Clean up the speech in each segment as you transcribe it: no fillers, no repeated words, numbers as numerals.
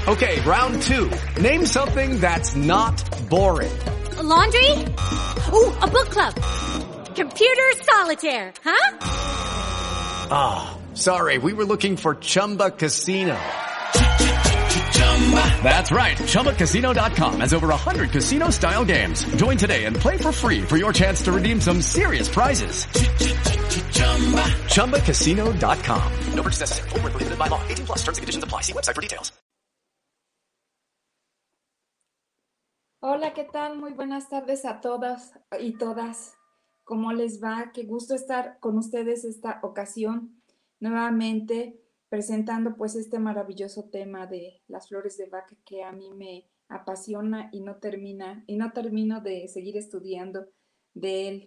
Okay, round two. Name something that's not boring. A laundry? Ooh, a book club. Computer solitaire, huh? Ah, sorry, we were looking for Chumba Casino. That's right, ChumbaCasino.com has over 100 casino-style games. Join today and play for free for your chance to redeem some serious prizes. ChumbaCasino.com. No purchase necessary. Void where prohibited by law. 18 plus terms and conditions apply. See website for details. Hola, ¿qué tal? Muy buenas tardes a todas y todas. ¿Cómo les va? Qué gusto estar con ustedes esta ocasión, nuevamente presentando pues este maravilloso tema de las flores de Bach que a mí me apasiona y no termino de seguir estudiando de él.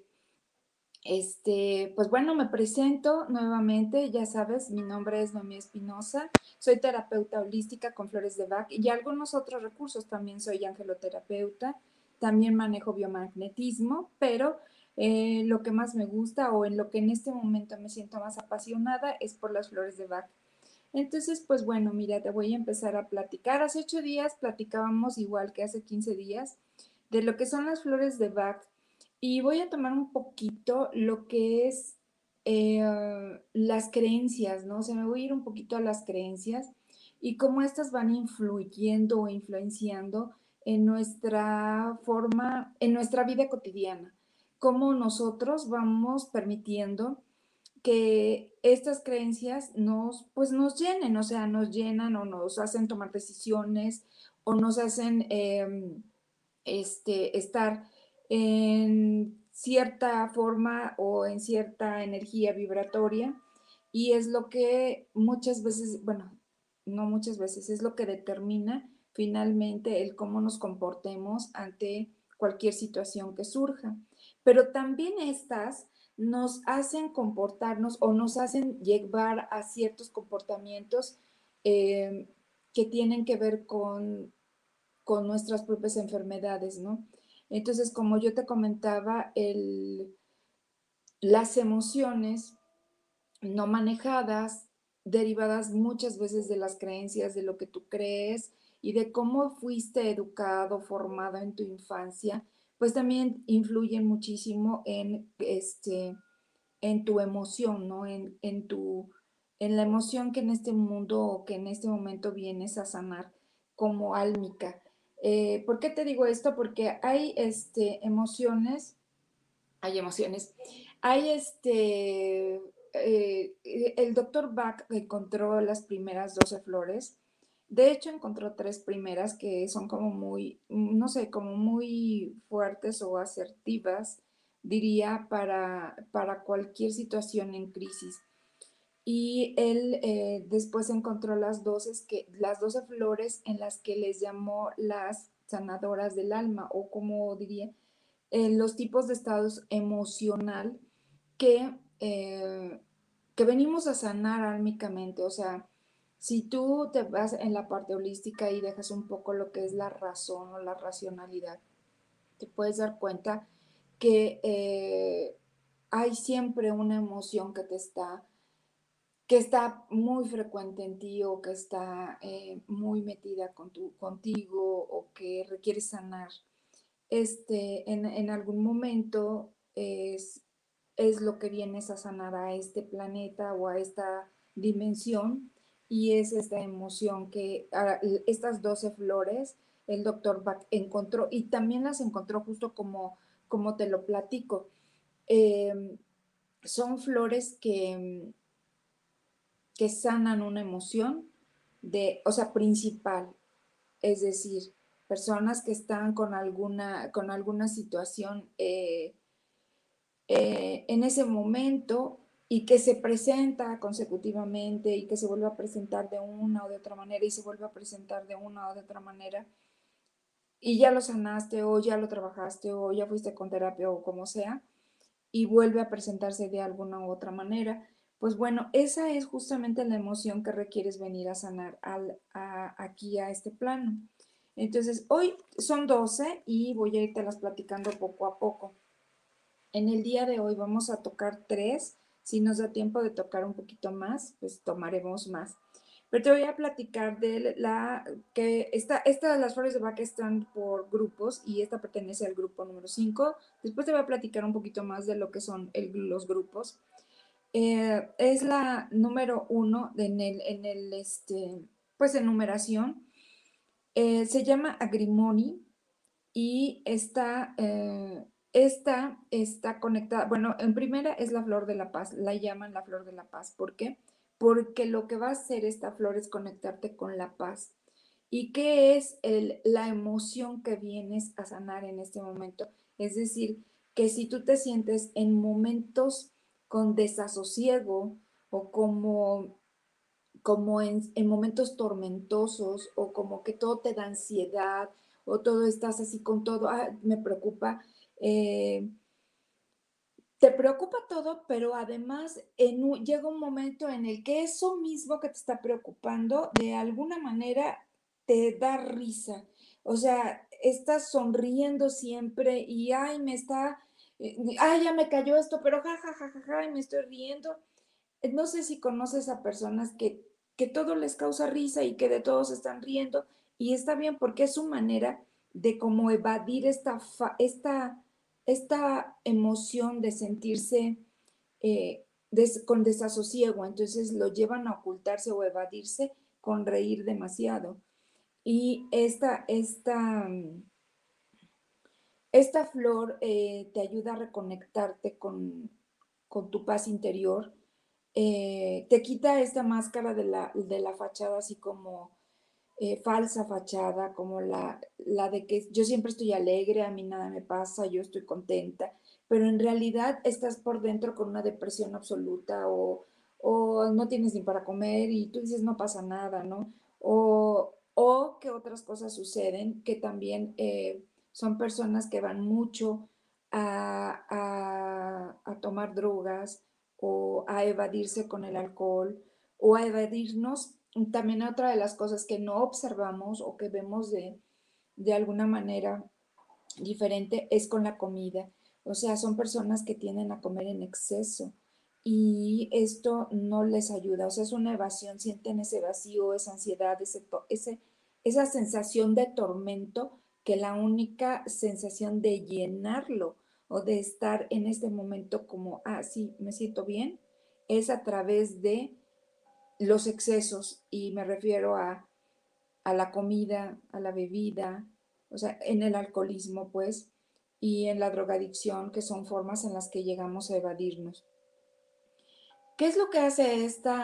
Pues bueno, me presento nuevamente, ya sabes, mi nombre es Noemí Espinosa, soy terapeuta holística con flores de Bach y algunos otros recursos, también soy angeloterapeuta, también manejo biomagnetismo, pero lo que más me gusta o en lo que en este momento me siento más apasionada es por las flores de Bach. Entonces, pues bueno, mira, te voy a empezar a platicar. Hace 8 días platicábamos, igual que hace 15 días, de lo que son las flores de Bach. Y voy a tomar un poquito lo que es las creencias, ¿no? O sea, me voy a ir un poquito a las creencias y cómo estas van influyendo o influenciando en nuestra forma, en nuestra vida cotidiana. Cómo nosotros vamos permitiendo que estas creencias pues nos llenen, o sea, nos llenan o nos hacen tomar decisiones o nos hacen estar en cierta forma o en cierta energía vibratoria y es lo que muchas veces, bueno, no muchas veces, es lo que determina finalmente el cómo nos comportemos ante cualquier situación que surja. Pero también estas nos hacen comportarnos o nos hacen llevar a ciertos comportamientos que tienen que ver con nuestras propias enfermedades, ¿no? Entonces, como yo te comentaba, las emociones no manejadas, derivadas muchas veces de las creencias, de lo que tú crees y de cómo fuiste educado, formado en tu infancia, pues también influyen muchísimo en tu emoción, ¿no? En la emoción que en este mundo o que en este momento vienes a sanar como álmica. ¿Por qué te digo esto? Porque hay emociones, hay el doctor Bach encontró las primeras 12 flores. De hecho, encontró 3 primeras que son como muy, no sé, como muy fuertes o asertivas, diría, para cualquier situación en crisis. Y él después encontró las 12 flores en las que les llamó las sanadoras del alma, o como diría, los tipos de estados emocional que, eh, que venimos a sanar álmicamente. O sea, si tú te vas en la parte holística y dejas un poco lo que es la razón o la racionalidad, te puedes dar cuenta que hay siempre una emoción que está muy frecuente en ti o que está muy metida contigo o que requiere sanar. En algún momento es lo que vienes a sanar a este planeta o a esta dimensión y es esta emoción que estas 12 flores el doctor Bach encontró y también las encontró justo como te lo platico. Son flores que sanan una emoción o sea, principal, es decir, personas que están con alguna situación en ese momento y que se presenta consecutivamente y que se vuelve a presentar de una o de otra manera y se vuelve a presentar de una o de otra manera y ya lo sanaste o ya lo trabajaste o ya fuiste con terapia o como sea y vuelve a presentarse de alguna u otra manera. Pues bueno, esa es justamente la emoción que requieres venir a sanar aquí a este plano. Entonces, hoy son 12 y voy a irte las platicando poco a poco. En el día de hoy vamos a tocar 3. Si nos da tiempo de tocar un poquito más, pues tomaremos más. Pero te voy a platicar de esta de las flores de Bach están por grupos y esta pertenece al grupo número 5. Después te voy a platicar un poquito más de lo que son los grupos. Es la número 1 pues en numeración. Se llama Agrimoni y esta está conectada, bueno, en primera es la flor de la paz, la llaman la flor de la paz. ¿Por qué? Porque lo que va a hacer esta flor es conectarte con la paz. ¿Y qué es la emoción que vienes a sanar en este momento? Es decir, que si tú te sientes en momentos con desasosiego o como en momentos tormentosos o como que todo te da ansiedad o todo estás así con todo, me preocupa, eh, te preocupa todo, pero además llega un momento en el que eso mismo que te está preocupando de alguna manera te da risa. O sea, estás sonriendo siempre y ay, ya me cayó esto, pero ja, ja, ja, ja, ja, y me estoy riendo. No sé si conoces a personas que todo les causa risa y que de todos están riendo y está bien porque es su manera de como evadir esta emoción de sentirse con desasosiego. Entonces lo llevan a ocultarse o evadirse con reír demasiado. Y esta flor te ayuda a reconectarte con tu paz interior, te quita esta máscara de la fachada así como falsa fachada, como la de que yo siempre estoy alegre, a mí nada me pasa, yo estoy contenta, pero en realidad estás por dentro con una depresión absoluta o no tienes ni para comer y tú dices no pasa nada, ¿no? O que otras cosas suceden que también son personas que van mucho a tomar drogas o a evadirse con el alcohol o a evadirnos. También otra de las cosas que no observamos o que vemos de alguna manera diferente es con la comida. O sea, son personas que tienden a comer en exceso y esto no les ayuda. O sea, es una evasión, sienten ese vacío, esa ansiedad, esa sensación de tormento, que la única sensación de llenarlo o de estar en este momento como, sí, me siento bien, es a través de los excesos, y me refiero a la comida, a la bebida, o sea, en el alcoholismo, pues, y en la drogadicción, que son formas en las que llegamos a evadirnos. ¿Qué es lo que hace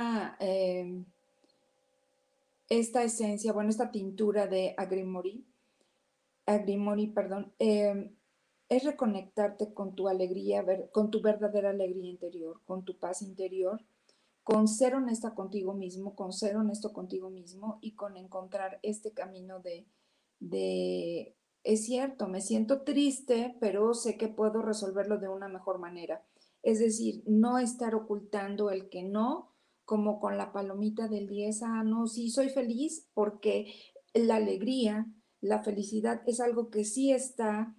esta esencia, bueno, esta tintura de Agrimoni, perdón, es reconectarte con tu alegría, con tu verdadera alegría interior, con tu paz interior, con ser honesta contigo mismo, con ser honesto contigo mismo y con encontrar este camino de, es cierto, me siento triste, pero sé que puedo resolverlo de una mejor manera. Es decir, no estar ocultando el que no, como con la palomita del 10, no, sí, soy feliz porque la alegría, la felicidad es algo que sí está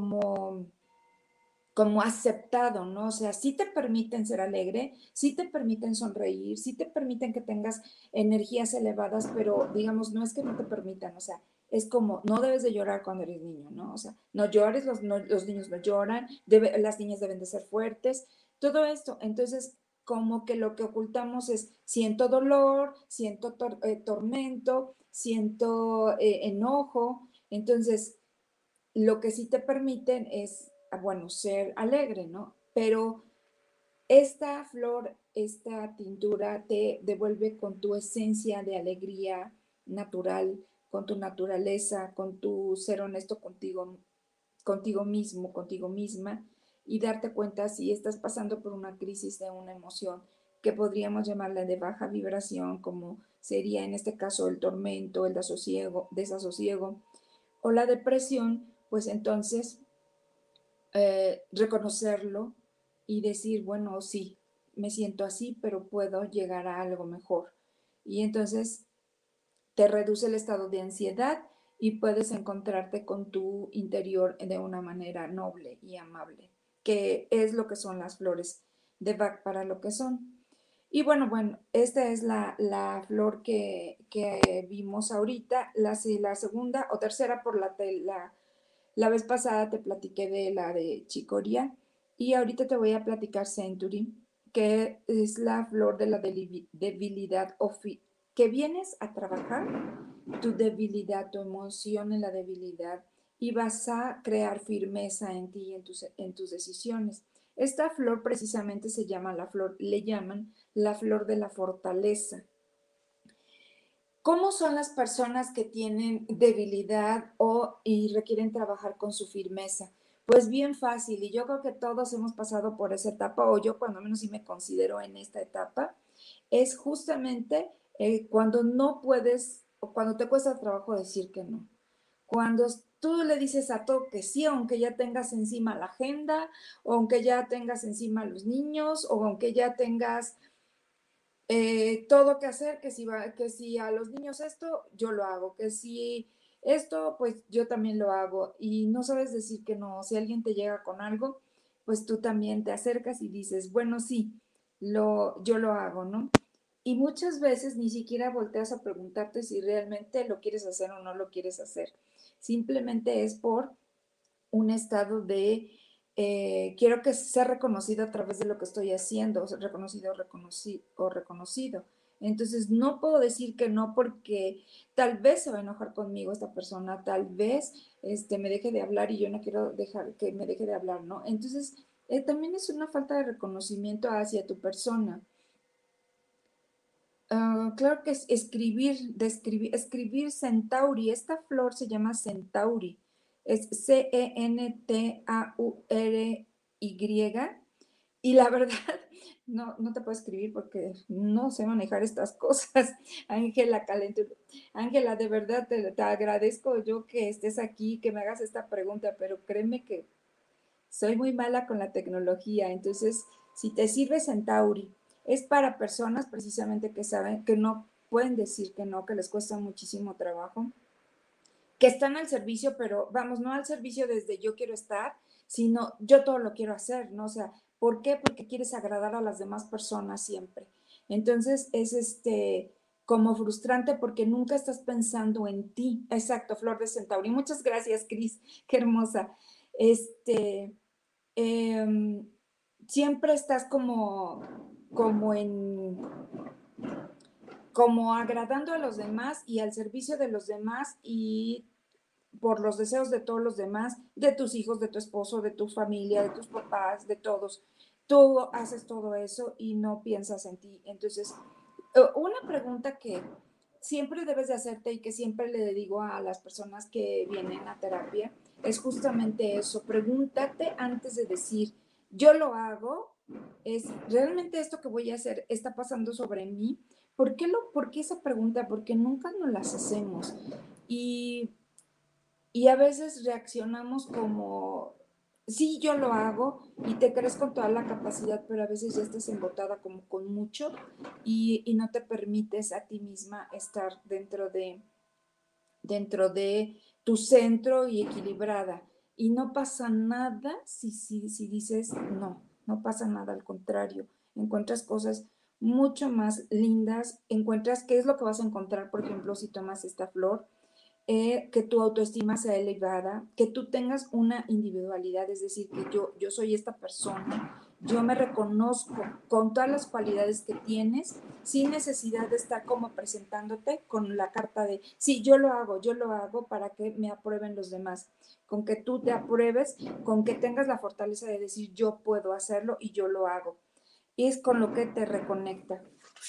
como aceptado, ¿no? O sea, sí te permiten ser alegre, sí te permiten sonreír, sí te permiten que tengas energías elevadas, pero digamos, no es que no te permitan, o sea, es como, no debes de llorar cuando eres niño, ¿no? O sea, no llores, los niños no lloran, las niñas deben de ser fuertes, todo esto. Entonces, como que lo que ocultamos es, siento dolor, siento tormento, siento enojo, entonces lo que sí te permiten es, bueno, ser alegre, ¿no? Pero esta flor, esta tintura te devuelve con tu esencia de alegría natural, con tu naturaleza, con tu ser honesto contigo mismo, contigo misma, y darte cuenta si estás pasando por una crisis de una emoción que podríamos llamarla de baja vibración, como sería en este caso el tormento, el desasosiego o la depresión, pues entonces reconocerlo y decir, bueno, sí, me siento así, pero puedo llegar a algo mejor. Y entonces te reduce el estado de ansiedad y puedes encontrarte con tu interior de una manera noble y amable, que es lo que son las flores de Bach para lo que son. Y bueno, esta es la flor que vimos ahorita. La segunda o tercera, la vez pasada te platiqué de la de chicoria y ahorita te voy a platicar century, que es la flor de la debilidad que vienes a trabajar tu debilidad, tu emoción en la debilidad y vas a crear firmeza en ti y en tus decisiones. Esta flor precisamente se llama le llaman la flor de la fortaleza. ¿Cómo son las personas que tienen debilidad y requieren trabajar con su firmeza? Pues bien fácil, y yo creo que todos hemos pasado por esa etapa, o yo cuando menos sí me considero en esta etapa, es justamente cuando no puedes, o cuando te cuesta trabajo decir que no. Cuando tú le dices a todo que sí, aunque ya tengas encima la agenda, o aunque ya tengas encima los niños, o aunque ya tengas todo que hacer, que si a los niños esto, yo lo hago, que si esto, pues yo también lo hago. Y no sabes decir que no. Si alguien te llega con algo, pues tú también te acercas y dices, bueno, sí, yo lo hago, ¿no? Y muchas veces ni siquiera volteas a preguntarte si realmente lo quieres hacer o no lo quieres hacer. Simplemente es por un estado de quiero que sea reconocido a través de lo que estoy haciendo, o sea, reconocido. Entonces, no puedo decir que no porque tal vez se va a enojar conmigo esta persona, tal vez me deje de hablar y yo no quiero dejar que me deje de hablar, ¿no? Entonces, también es una falta de reconocimiento hacia tu persona. Claro que es escribir Centauri. Esta flor se llama Centauri. Es Centauri. Y la verdad, no te puedo escribir porque no sé manejar estas cosas. Ángela Calentura. Ángela, de verdad te agradezco yo que estés aquí, que me hagas esta pregunta, pero créeme que soy muy mala con la tecnología, entonces si te sirve Centauri, es para personas precisamente que saben que no pueden decir que no, que les cuesta muchísimo trabajo, que están al servicio, pero vamos, no al servicio desde yo quiero estar, sino yo todo lo quiero hacer, ¿no? O sea, ¿por qué? Porque quieres agradar a las demás personas siempre. Entonces es como frustrante porque nunca estás pensando en ti. Exacto, Flor de Centauri. Muchas gracias, Cris. Qué hermosa. Este, eh, siempre estás como en, como agradando a los demás y al servicio de los demás y por los deseos de todos los demás, de tus hijos, de tu esposo, de tu familia, de tus papás, de todos. Tú haces todo eso y no piensas en ti. Entonces, una pregunta que siempre debes de hacerte y que siempre le digo a las personas que vienen a terapia es justamente eso. Pregúntate antes de decir, yo lo hago, es realmente esto que voy a hacer está pasando sobre mí. ¿Por qué esa pregunta? Porque nunca nos las hacemos. Y y a veces reaccionamos como, sí, yo lo hago y te crees con toda la capacidad, pero a veces ya estás embotada como con mucho y no te permites a ti misma estar dentro de tu centro y equilibrada. Y no pasa nada si dices no, no pasa nada, al contrario, encuentras cosas mucho más lindas, encuentras qué es lo que vas a encontrar, por ejemplo, si tomas esta flor, que tu autoestima sea elevada, que tú tengas una individualidad, es decir, que yo soy esta persona, yo me reconozco con todas las cualidades que tienes, sin necesidad de estar como presentándote con la carta de, sí, yo lo hago para que me aprueben los demás, con que tú te apruebes, con que tengas la fortaleza de decir, yo puedo hacerlo y yo lo hago. Y es con lo que te reconecta.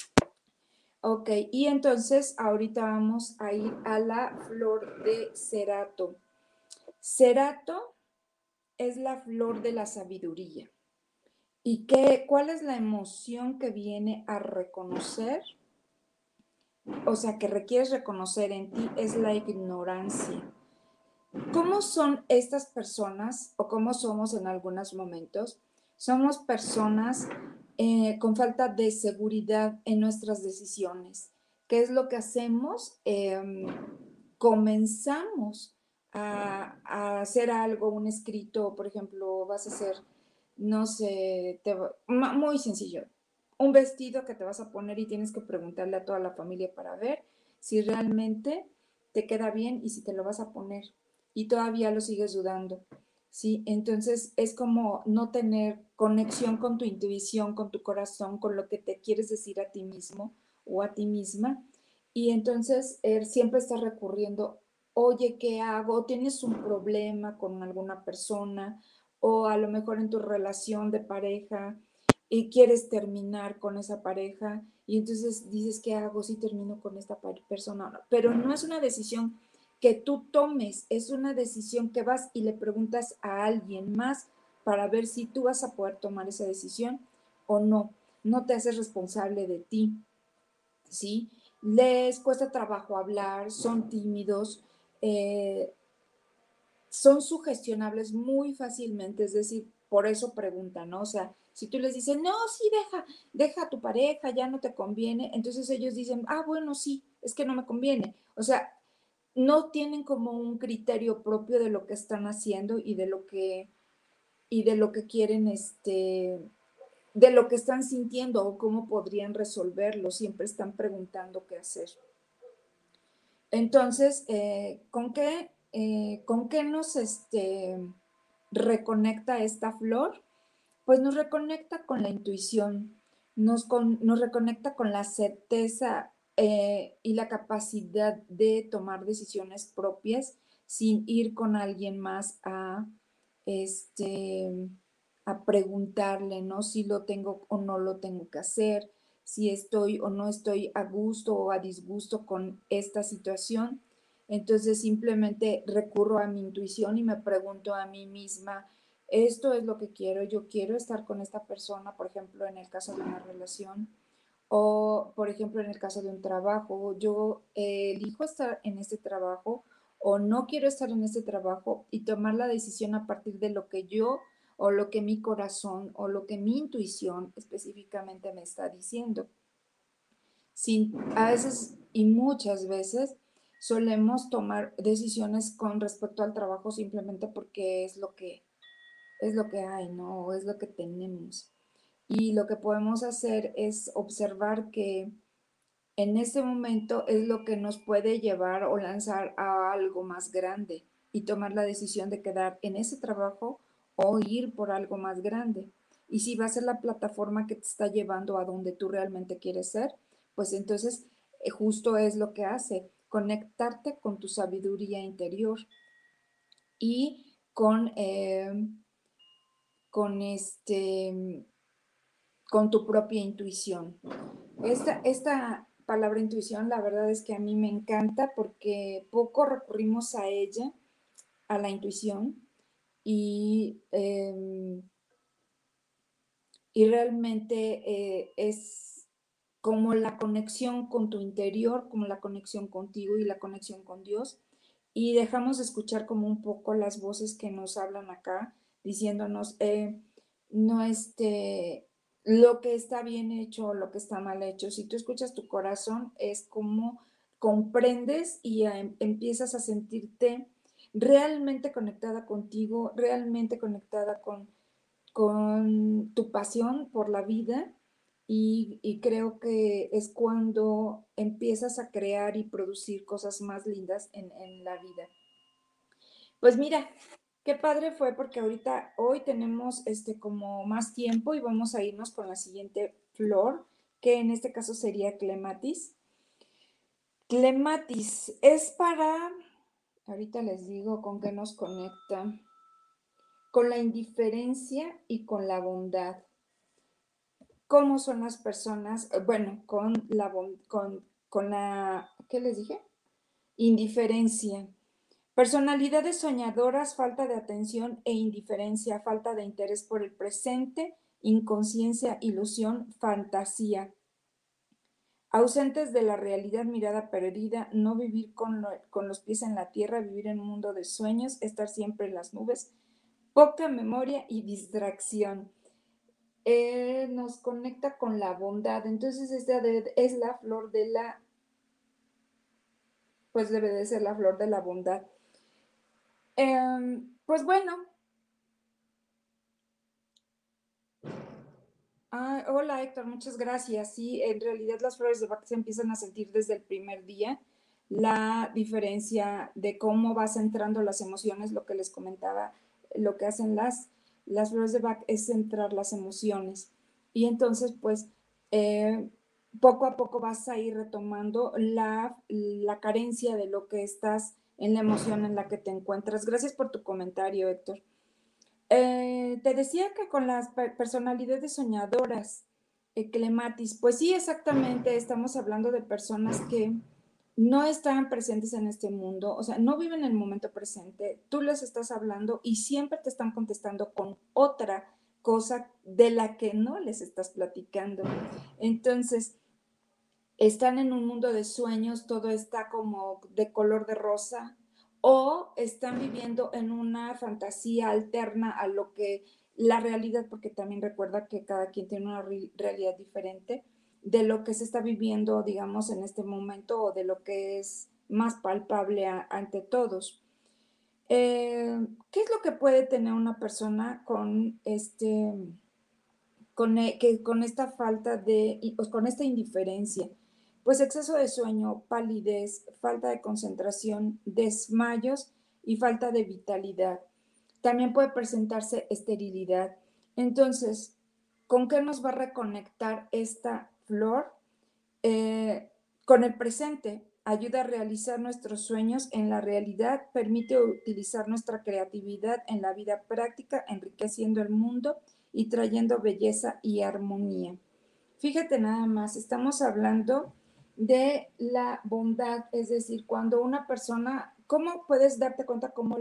Ok, y entonces ahorita vamos a ir a la flor de cerato. Cerato es la flor de la sabiduría. ¿Y cuál es la emoción que viene a reconocer? O sea, que requieres reconocer en ti es la ignorancia. ¿Cómo son estas personas o cómo somos en algunos momentos? Somos personas con falta de seguridad en nuestras decisiones. ¿Qué es lo que hacemos? Comenzamos a hacer algo, un escrito, por ejemplo, vas a hacer, no sé, muy sencillo. un vestido que te vas a poner y tienes que preguntarle a toda la familia para ver si realmente te queda bien y si te lo vas a poner y todavía lo sigues dudando, ¿sí? Entonces es como no tener conexión con tu intuición, con tu corazón, con lo que te quieres decir a ti mismo o a ti misma. Y entonces siempre estás recurriendo, oye, ¿qué hago? ¿Tienes un problema con alguna persona? O a lo mejor en tu relación de pareja y quieres terminar con esa pareja y entonces dices, ¿qué hago si termino con esta persona? No, pero no es una decisión que tú tomes, es una decisión que vas y le preguntas a alguien más para ver si tú vas a poder tomar esa decisión o no. No te haces responsable de ti, ¿sí? Les cuesta trabajo hablar, son tímidos, eh, son sugestionables muy fácilmente, es decir, por eso preguntan, ¿no? O sea, si tú les dices, no, sí, deja a tu pareja, ya no te conviene, entonces ellos dicen, ah, bueno, sí, es que no me conviene. O sea, no tienen como un criterio propio de lo que están haciendo y de lo que quieren, de lo que están sintiendo o cómo podrían resolverlo. Siempre están preguntando qué hacer. Entonces, con qué nos reconecta esta flor? Pues nos reconecta con la intuición, nos reconecta con la certeza y la capacidad de tomar decisiones propias sin ir con alguien más este, a preguntarle, ¿no? Si lo tengo o no lo tengo que hacer, si estoy o no estoy a gusto o a disgusto con esta situación. Entonces simplemente recurro a mi intuición y me pregunto a mí misma, esto es lo que quiero, yo quiero estar con esta persona, por ejemplo, en el caso de una relación, o por ejemplo, en el caso de un trabajo, yo elijo estar en este trabajo o no quiero estar en este trabajo y tomar la decisión a partir de lo que yo o lo que mi corazón o lo que mi intuición específicamente me está diciendo. Sin, a veces y muchas veces solemos tomar decisiones con respecto al trabajo simplemente porque es lo que hay, ¿no? O es lo que tenemos. Y lo que podemos hacer es observar que en este momento es lo que nos puede llevar o lanzar a algo más grande y tomar la decisión de quedar en ese trabajo o ir por algo más grande. Y si va a ser la plataforma que te está llevando a donde tú realmente quieres ser, pues entonces justo es lo que hace, conectarte con tu sabiduría interior y con con tu propia intuición. Esta palabra intuición, la verdad es que a mí me encanta porque poco recurrimos a ella, a la intuición, y, eh, y realmente es como la conexión con tu interior, como la conexión contigo y la conexión con Dios. Y dejamos de escuchar como un poco las voces que nos hablan acá, diciéndonos, no lo que está bien hecho o lo que está mal hecho. Si tú escuchas tu corazón, es como comprendes y empiezas a sentirte realmente conectada contigo, realmente conectada con tu pasión por la vida y creo que es cuando empiezas a crear y producir cosas más lindas en la vida. Pues mira, qué padre fue porque ahorita hoy tenemos como más tiempo y vamos a irnos con la siguiente flor, que en este caso sería clematis. Clematis es para, ahorita les digo con qué nos conecta, con la indiferencia y con la bondad. ¿Cómo son las personas? Bueno, con la, ¿qué les dije? Indiferencia. Personalidades soñadoras, falta de atención e indiferencia, falta de interés por el presente, inconsciencia, ilusión, fantasía. Ausentes de la realidad, mirada perdida, no vivir con los pies en la tierra, vivir en un mundo de sueños, estar siempre en las nubes, poca memoria y distracción. Nos conecta con la bondad. Entonces, esta es la flor de la, pues debe de ser la flor de la bondad. Pues bueno, Ah, hola Héctor, muchas gracias. Sí, en realidad las flores de Bach se empiezan a sentir desde el primer día. La diferencia de cómo vas entrando las emociones, lo que les comentaba, lo que hacen las flores de Bach es centrar las emociones. Y entonces, pues, eh, poco a poco vas a ir retomando la carencia de lo que estás en la emoción en la que te encuentras. Gracias por tu comentario, Héctor. Te decía que con las personalidades soñadoras, clematis, pues sí, exactamente, estamos hablando de personas que no están presentes en este mundo, o sea, no viven el momento presente, tú les estás hablando y siempre te están contestando con otra cosa de la que no les estás platicando. Entonces, están en un mundo de sueños, todo está como de color de rosa, o están viviendo en una fantasía alterna a lo que la realidad, porque también recuerda que cada quien tiene una realidad diferente de lo que se está viviendo, digamos, en este momento o de lo que es más palpable ante todos. ¿Qué es lo que puede tener una persona con con esta falta de, con esta indiferencia? Pues exceso de sueño, palidez, falta de concentración, desmayos y falta de vitalidad. También puede presentarse esterilidad. Entonces, ¿con qué nos va a reconectar esta flor? Con el presente, ayuda a realizar nuestros sueños en la realidad, permite utilizar nuestra creatividad en la vida práctica, enriqueciendo el mundo y trayendo belleza y armonía. Fíjate nada más, estamos hablando de la bondad, es decir, cuando una persona, ¿cómo puedes darte cuenta cómo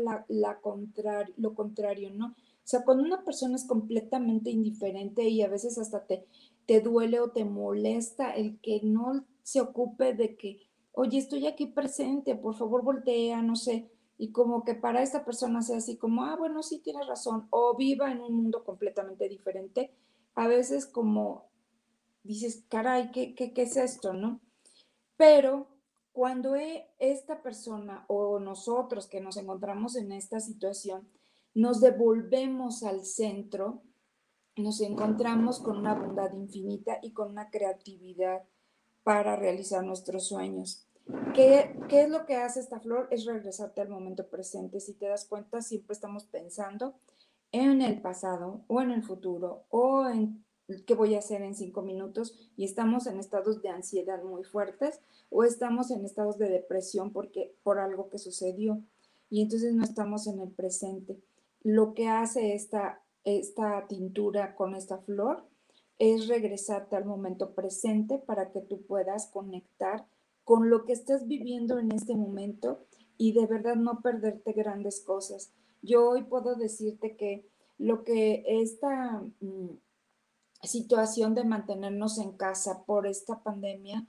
lo contrario, ¿no? O sea, cuando una persona es completamente indiferente y a veces hasta te duele o te molesta el que no se ocupe de que, oye, estoy aquí presente, por favor voltea, no sé, y como que para esta persona sea así como, ah, bueno, sí tienes razón, o viva en un mundo completamente diferente, a veces como dices, caray, ¿qué es esto, no? Pero cuando esta persona o nosotros que nos encontramos en esta situación, nos devolvemos al centro, nos encontramos con una bondad infinita y con una creatividad para realizar nuestros sueños. ¿Qué es lo que hace esta flor? Es regresarte al momento presente. Si te das cuenta, siempre estamos pensando en el pasado o en el futuro o en qué voy a hacer en 5 minutos y estamos en estados de ansiedad muy fuertes o estamos en estados de depresión por algo que sucedió y entonces no estamos en el presente. Lo que hace esta tintura con esta flor es regresarte al momento presente para que tú puedas conectar con lo que estás viviendo en este momento y de verdad no perderte grandes cosas. Yo hoy puedo decirte que lo que esta situación de mantenernos en casa por esta pandemia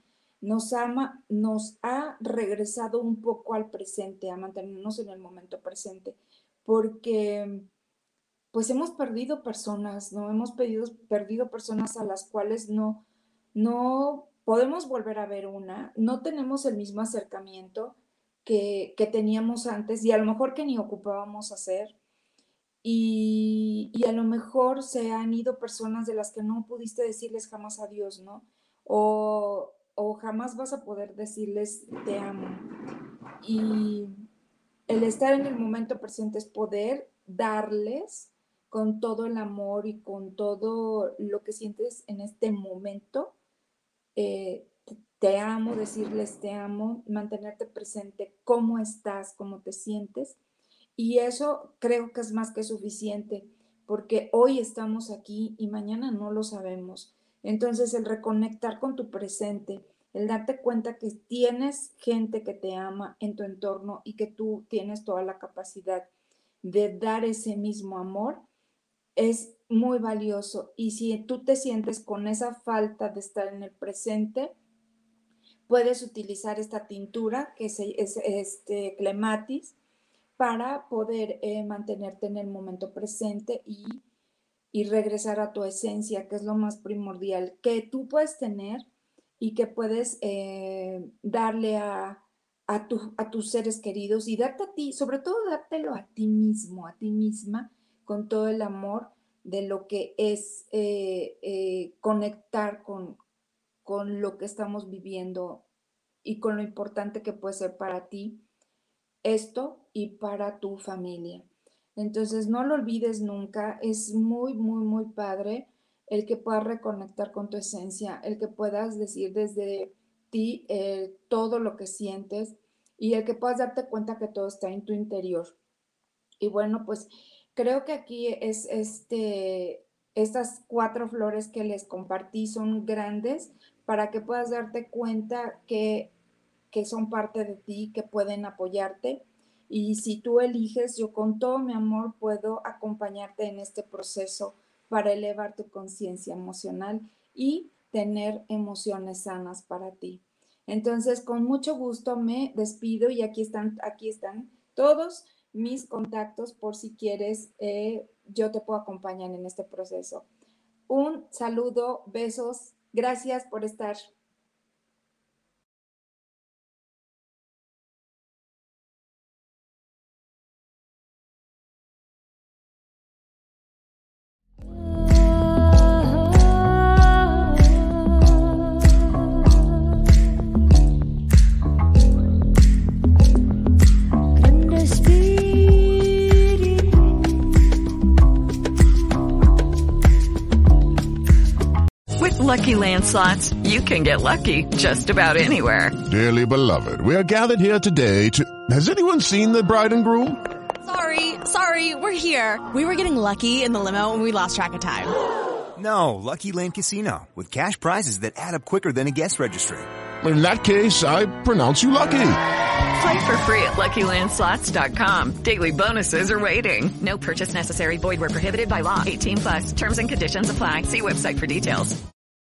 nos ha regresado un poco al presente, a mantenernos en el momento presente, porque pues hemos perdido personas, ¿no? Hemos perdido personas a las cuales no podemos volver a ver una, no tenemos el mismo acercamiento que teníamos antes y a lo mejor que ni ocupábamos hacer. Y a lo mejor se han ido personas de las que no pudiste decirles jamás adiós, ¿no? O jamás vas a poder decirles te amo. Y el estar en el momento presente es poder darles con todo el amor y con todo lo que sientes en este momento. Te amo, decirles te amo, mantenerte presente, cómo estás, cómo te sientes. Y eso creo que es más que suficiente, porque hoy estamos aquí y mañana no lo sabemos. Entonces, el reconectar con tu presente, el darte cuenta que tienes gente que te ama en tu entorno y que tú tienes toda la capacidad de dar ese mismo amor, es muy valioso. Y si tú te sientes con esa falta de estar en el presente, puedes utilizar esta tintura que es este clematis para poder mantenerte en el momento presente y regresar a tu esencia, que es lo más primordial que tú puedes tener y que puedes darle a tus seres queridos y darte a ti, sobre todo dártelo a ti mismo, a ti misma, con todo el amor de lo que es conectar con lo que estamos viviendo y con lo importante que puede ser para ti esto y para tu familia. Entonces, no lo olvides nunca, es muy, muy, muy padre el que puedas reconectar con tu esencia, el que puedas decir desde ti todo lo que sientes y el que puedas darte cuenta que todo está en tu interior. Y bueno, pues creo que aquí es estas 4 flores que les compartí son grandes para que puedas darte cuenta que son parte de ti, que pueden apoyarte. Y si tú eliges, yo con todo mi amor puedo acompañarte en este proceso para elevar tu conciencia emocional y tener emociones sanas para ti. Entonces, con mucho gusto me despido y aquí están todos mis contactos por si quieres, yo te puedo acompañar en este proceso. Un saludo, besos, gracias por estar. Lucky Land Slots, you can get lucky just about anywhere. Dearly beloved, we are gathered here today to... Has anyone seen the bride and groom? Sorry, we're here. We were getting lucky in the limo and we lost track of time. No, Lucky Land Casino, with cash prizes that add up quicker than a guest registry. In that case, I pronounce you lucky. Play for free at LuckyLandSlots.com. Daily bonuses are waiting. No purchase necessary. Void where prohibited by law. 18+. Terms and conditions apply. See website for details.